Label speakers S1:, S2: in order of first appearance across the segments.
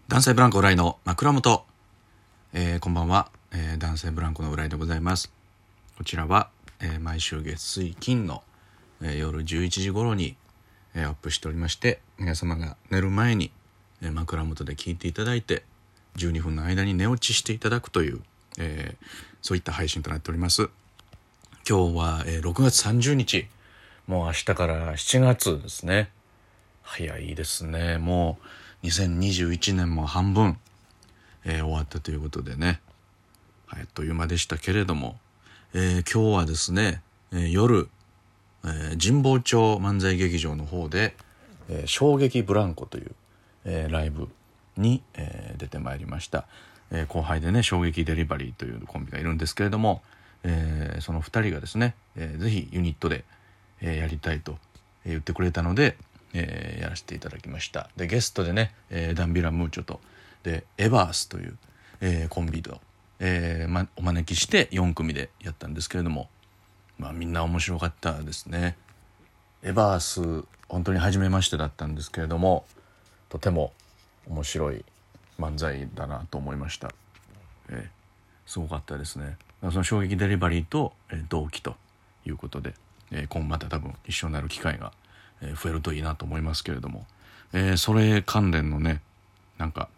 S1: 男性ブランコ浦井の枕元、こんばんは、男性ブランコの浦井でございます。こちらは、毎週月水金の、夜11時頃に、アップしておりまして、皆様が寝る前に、枕元で聞いていただいて12分の間に寝落ちしていただくという、そういった配信となっております。今日は、6月30日、もう明日から7月ですね。早いですね。もう2021年も半分、終わったということでね、あっという間でしたけれども、今日はですね、夜、神保町漫才劇場の方で、衝撃ブランコという、ライブに、出てまいりました。後輩でね、衝撃デリバリーというコンビがいるんですけれども、その2人がですね、ぜひユニットで、やりたいと言ってくれたので、やらせていただきました。でゲストでね、ダンビラムーチョとでエバースという、コンビと、お招きして4組でやったんですけれども、みんな面白かったですね。エバース本当に初めましてだったんですけれども、とても面白い漫才だなと思いました。すごかったですね。その衝撃デリバリーと、同期ということで、今また多分一緒になる機会が増えるといいなと思いますけれども、それ関連のね、なんか、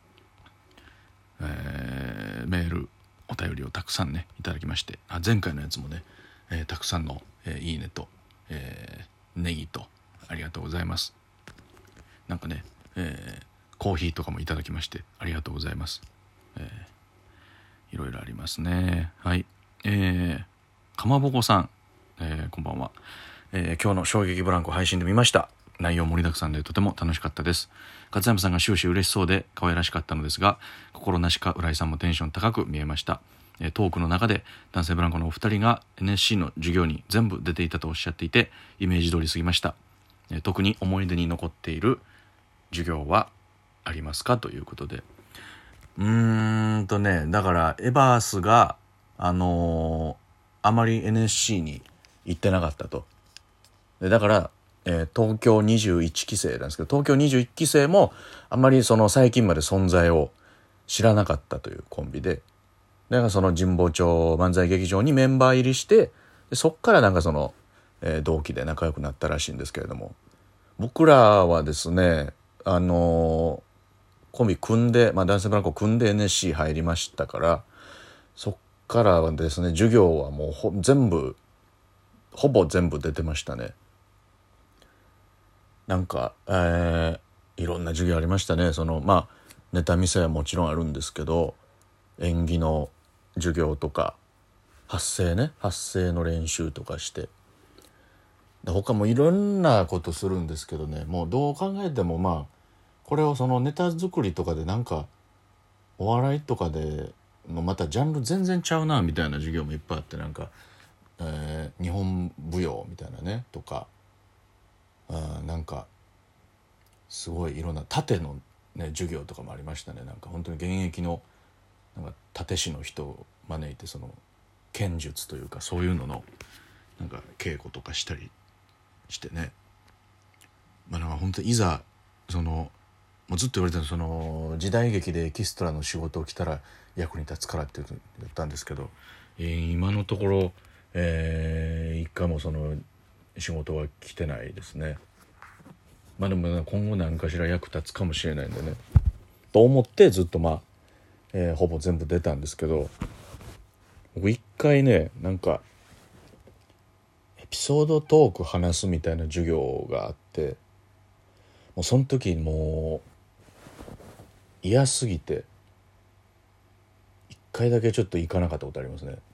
S1: メールお便りをたくさんねいただきまして、前回のやつもね、たくさんの、いいねと、ネギとありがとうございます。なんかね、コーヒーとかもいただきましてありがとうございます。いろいろありますね。はい、かまぼこさん、こんばんは。今日の衝撃ブランコ配信で見ました。内容盛りだくさんでとても楽しかったです。勝山さんが終始嬉しそうで可愛らしかったのですが、心なしか浦井さんもテンション高く見えました。トークの中で男性ブランコのお二人が NSC の授業に全部出ていたとおっしゃっていて、イメージ通りすぎました。特に思い出に残っている授業はありますかということで、だからエバースがあまり NSC に行ってなかったと。でだから、東京21期生なんですけど、東京21期生もあんまりその最近まで存在を知らなかったというコンビで、だからその神保町漫才劇場にメンバー入りして、でそっからなんかその、同期で仲良くなったらしいんですけれども、僕らはですね、コンビ組んで、男性ブランコ組んで NSC 入りましたから、そっからはですね、授業はもうほぼ全部出てましたね。なんか、いろんな授業ありましたね。そのネタ見せはもちろんあるんですけど、演技の授業とか発声の練習とかして、他もいろんなことするんですけどね、もうどう考えてもこれをそのネタ作りとかでなんかお笑いとかでのまたジャンル全然ちゃうなみたいな授業もいっぱいあって、なんか、日本舞踊みたいなねとか、なんかすごいいろんな殺陣の、ね、授業とかもありましたね。なんか本当に現役のなんか殺陣師の人を招いて、その剣術というかそういうののなんか稽古とかしたりしてね、なんか本当にいざそのもうずっと言われてる、その時代劇でエキストラの仕事を来たら役に立つからって言ったんですけど、今のところ、一回もその仕事は来てないですね。でも今後何かしら役立つかもしれないんでねと思ってずっとほぼ全部出たんですけど、僕一回ね、なんかエピソードトーク話すみたいな授業があって、もうその時もう嫌すぎて一回だけちょっと行かなかったことありますね。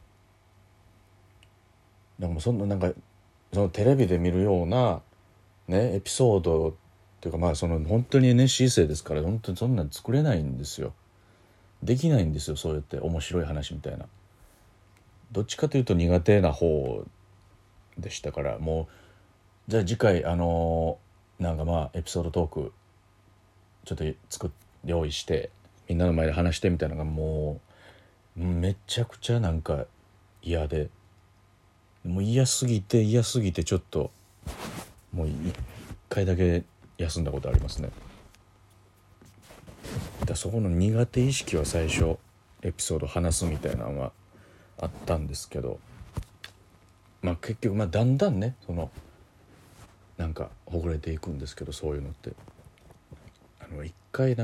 S1: なんかもうそのテレビで見るようなねエピソードっていうか、その本当に NSC 生ですから、本当にそんなん作れないんですよ。できないんですよ、そうやって面白い話みたいな。どっちかというと苦手な方でしたから、もうじゃあ次回なんかエピソードトークちょっと用意してみんなの前で話してみたいなのがもうめちゃくちゃなんか嫌で、もう嫌すぎてちょっともう一回だけ休んだことありますね。 だそこの苦手意識は最初エピソード話すみたいなのはあったんですけど、結局だんだんねなんかほぐれていくんですけど、そういうのって一回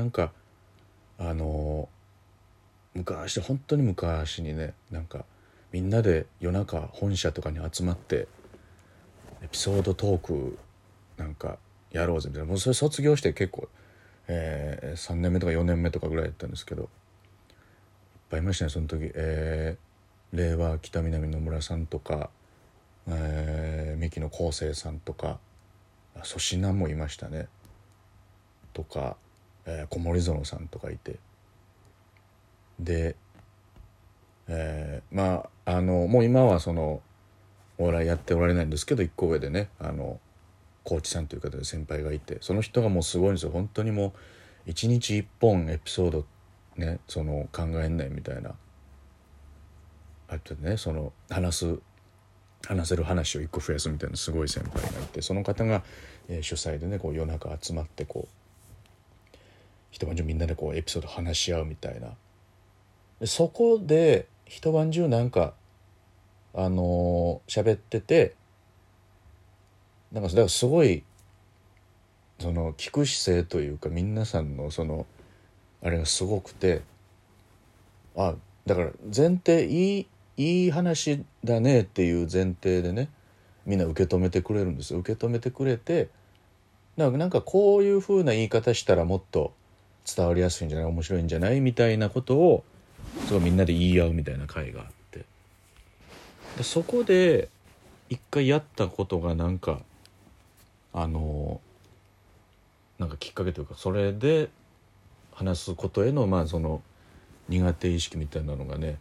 S1: 昔、本当に昔にね、みんなで夜中本社とかに集まってエピソードトークやろうぜみたいな、もうそれ卒業して結構、3年目とか4年目とかぐらいやったんですけど、いっぱいいましたねその時。令和北南野村さんとか、三木野昴生さんとか粗品もいましたねとか、小森園さんとかいて、で、もう今はお笑いやっておられないんですけど、一個上でねコーチさんという方で先輩がいて、その人がもうすごいんですよ。本当にもう一日一本エピソードね考えんないみたいな、あとね話せる話を一個増やすみたいなすごい先輩がいて、その方が、主催でね夜中集まって一晩中みんなでエピソード話し合うみたいな。でそこで一晩中喋ってて、だからすごい聞く姿勢というか、皆さんのあれがすごくて、だから前提いい話だねっていう前提でね、みんな受け止めてくれるんですよ。受け止めてくれて、こういう風な言い方したらもっと伝わりやすいんじゃない、面白いんじゃないみたいなことをみんなで言い合うみたいな会があって、でそこで一回やったことがきっかけというか、それで話すことへの苦手意識みたいなのがね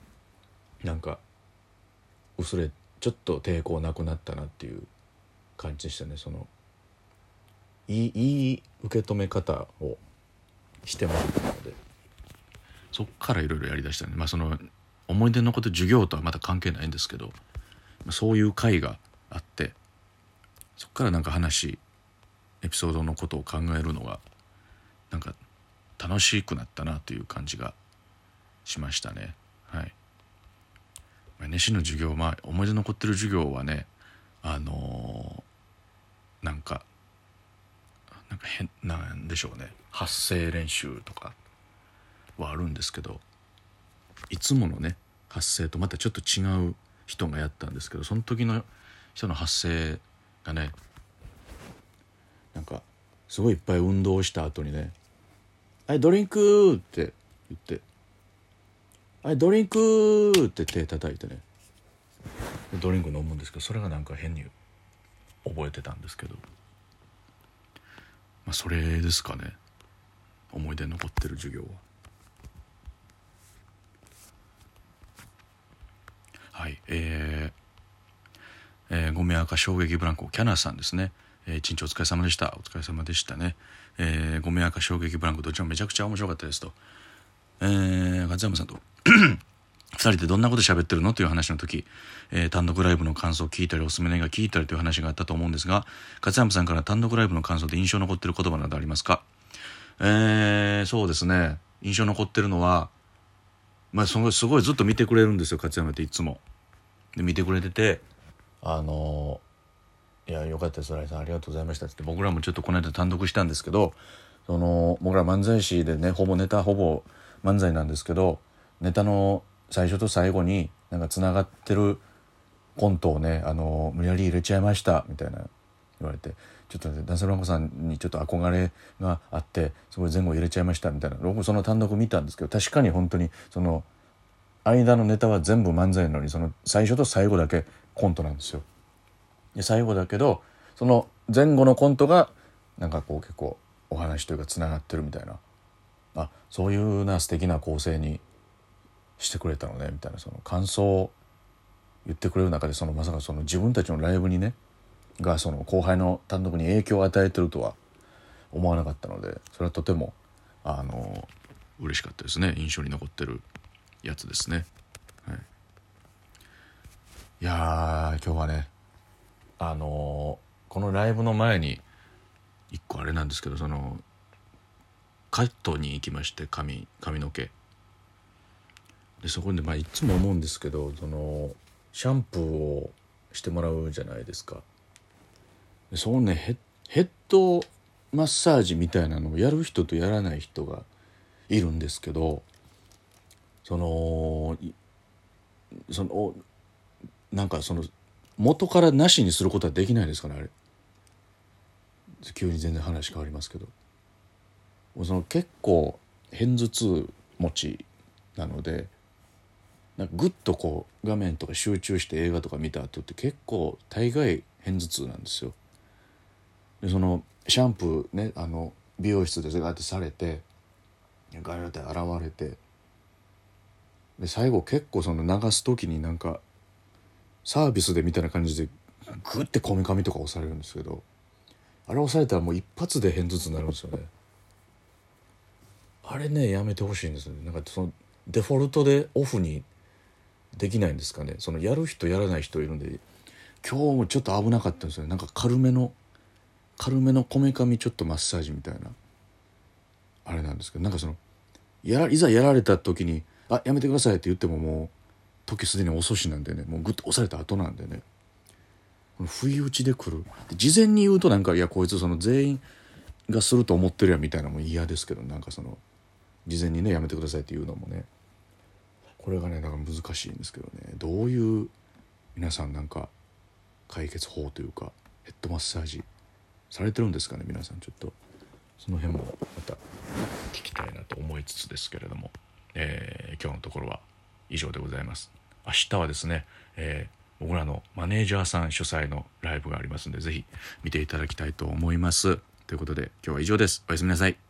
S1: 薄れ、ちょっと抵抗なくなったなっていう感じでしたね。いい受け止め方をしてもらったので、そっからいろいろやりだしたね。思い出のこと、授業とはまた関係ないんですけど、そういう会があって、そっからエピソードのことを考えるのが楽しくなったなという感じがしましたね。はい。西の授業、思い出残ってる授業はね、変なんでしょうね、発声練習とかはあるんですけど、いつものね発声とまたちょっと違う人がやったんですけど、その時の人の発声がねすごいいっぱい運動した後にね、はいドリンクって言って、はいドリンクって手叩いてね、ドリンク飲むんですけど、それが変に覚えてたんですけど、それですかね、思い出に残ってる授業は。はい、ゴミ赤衝撃ブランコキャナさんですね。一日お疲れ様でした。お疲れ様でしたね。ゴミ赤衝撃ブランコどっちもめちゃくちゃ面白かったですと。勝山さんと2人でどんなこと喋ってるのという話の時、単独ライブの感想を聞いたりおすすめの映画聞いたりという話があったと思うんですが、勝山さんから単独ライブの感想で印象に残ってる言葉などありますか？そうですね、印象に残ってるのは、すごいずっと見てくれるんですよ、勝山っていつも。で見てくれてて、いやよかったです新井さんありがとうございましたって、僕らもちょっとこの間単独したんですけど、僕ら漫才師でね、ネタほぼ漫才なんですけど、ネタの最初と最後につながってるコントをね無理やり入れちゃいましたみたいな言われて、ちょっとね男性ブランコさんにちょっと憧れがあってすごい前後入れちゃいましたみたいな、僕その単独見たんですけど、確かに本当に間のネタは全部漫才なのに、最初と最後だけコントなんですよ。で最後だけどその前後のコントが結構お話というかつながってるみたいな、そういう素敵な構成にしてくれたのねみたいな、感想を言ってくれる中で、まさか自分たちのライブにねが後輩の単独に影響を与えてるとは思わなかったので、それはとても嬉しかったですね。印象に残ってるやつですね。はい、いや今日はねこのライブの前に一個あれなんですけど、 カットに行きまして、髪の毛で、そこでいつも思うんですけど、シャンプーをしてもらうじゃないですか。でそのねヘッドマッサージみたいなのをやる人とやらない人がいるんですけど、なんか元からなしにすることはできないですかね、あれ。急に全然話変わりますけど、結構片頭痛持ちなので、なんかグッとこう画面とか集中して映画とか見た後って結構大概片頭痛なんですよ。でシャンプーね、美容室でガーってされてガーって洗われて、で最後結構流す時になんかサービスでみたいな感じでグッてこめかみとか押されるんですけど、あれ押されたらもう一発で片頭痛になるんですよね。あれね、やめてほしいんですよね。なんかデフォルトでオフにできないんですかね。やる人やらない人いるんで、今日もちょっと危なかったんですよね。なんか軽めのこめかみちょっとマッサージみたいなあれなんですけど、なんかいざやられた時にやめてくださいって言ってももう時すでに遅しなんでね、もうグッと押された後なんでね、不意打ちで来る。事前に言うとなんか、いやこいつ全員がすると思ってるやんみたいなのも嫌ですけど、なんか事前にねやめてくださいって言うのもね、これがねだから難しいんですけどね。どういう皆さんなんか解決法というかヘッドマッサージされてるんですかね、皆さん。ちょっとその辺もまた聞きたいなと思いつつですけれども、今日のところは以上でございます。明日はですね、僕らのマネージャーさん主催のライブがありますので、ぜひ見ていただきたいと思います。ということで今日は以上です。おやすみなさい。